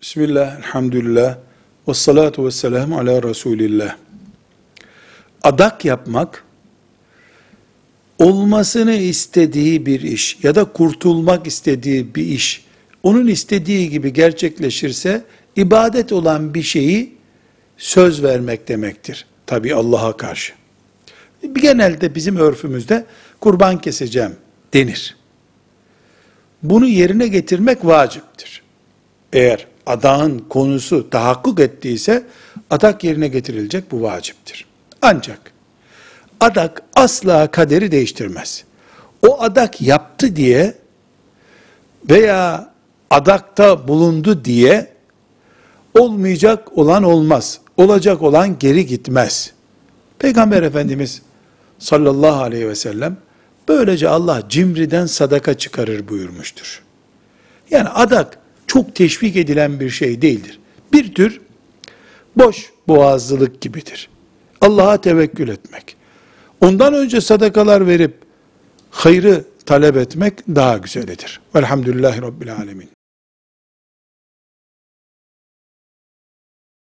Bismillah, elhamdülillah, ve salatu ve selamu ala Resulillah. Adak yapmak, olmasını istediği bir iş ya da kurtulmak istediği bir iş, onun istediği gibi gerçekleşirse, ibadet olan bir şeyi söz vermek demektir. Tabi Allah'a karşı. Genelde bizim örfümüzde kurban keseceğim denir. Bunu yerine getirmek vaciptir. Eğer adağın konusu tahakkuk ettiyse, adak yerine getirilecek, bu vaciptir. Ancak, adak asla kaderi değiştirmez. O adak yaptı diye veya adakta bulundu diye, olmayacak olan olmaz, olacak olan geri gitmez. Peygamber Efendimiz sallallahu aleyhi ve sellem, böylece Allah cimriden sadaka çıkarır buyurmuştur. Yani adak, çok teşvik edilen bir şey değildir. Bir tür boş boğazlılık gibidir. Allah'a tevekkül etmek. Ondan önce sadakalar verip hayrı talep etmek daha güzelidir. Velhamdülillahi Rabbil Alemin.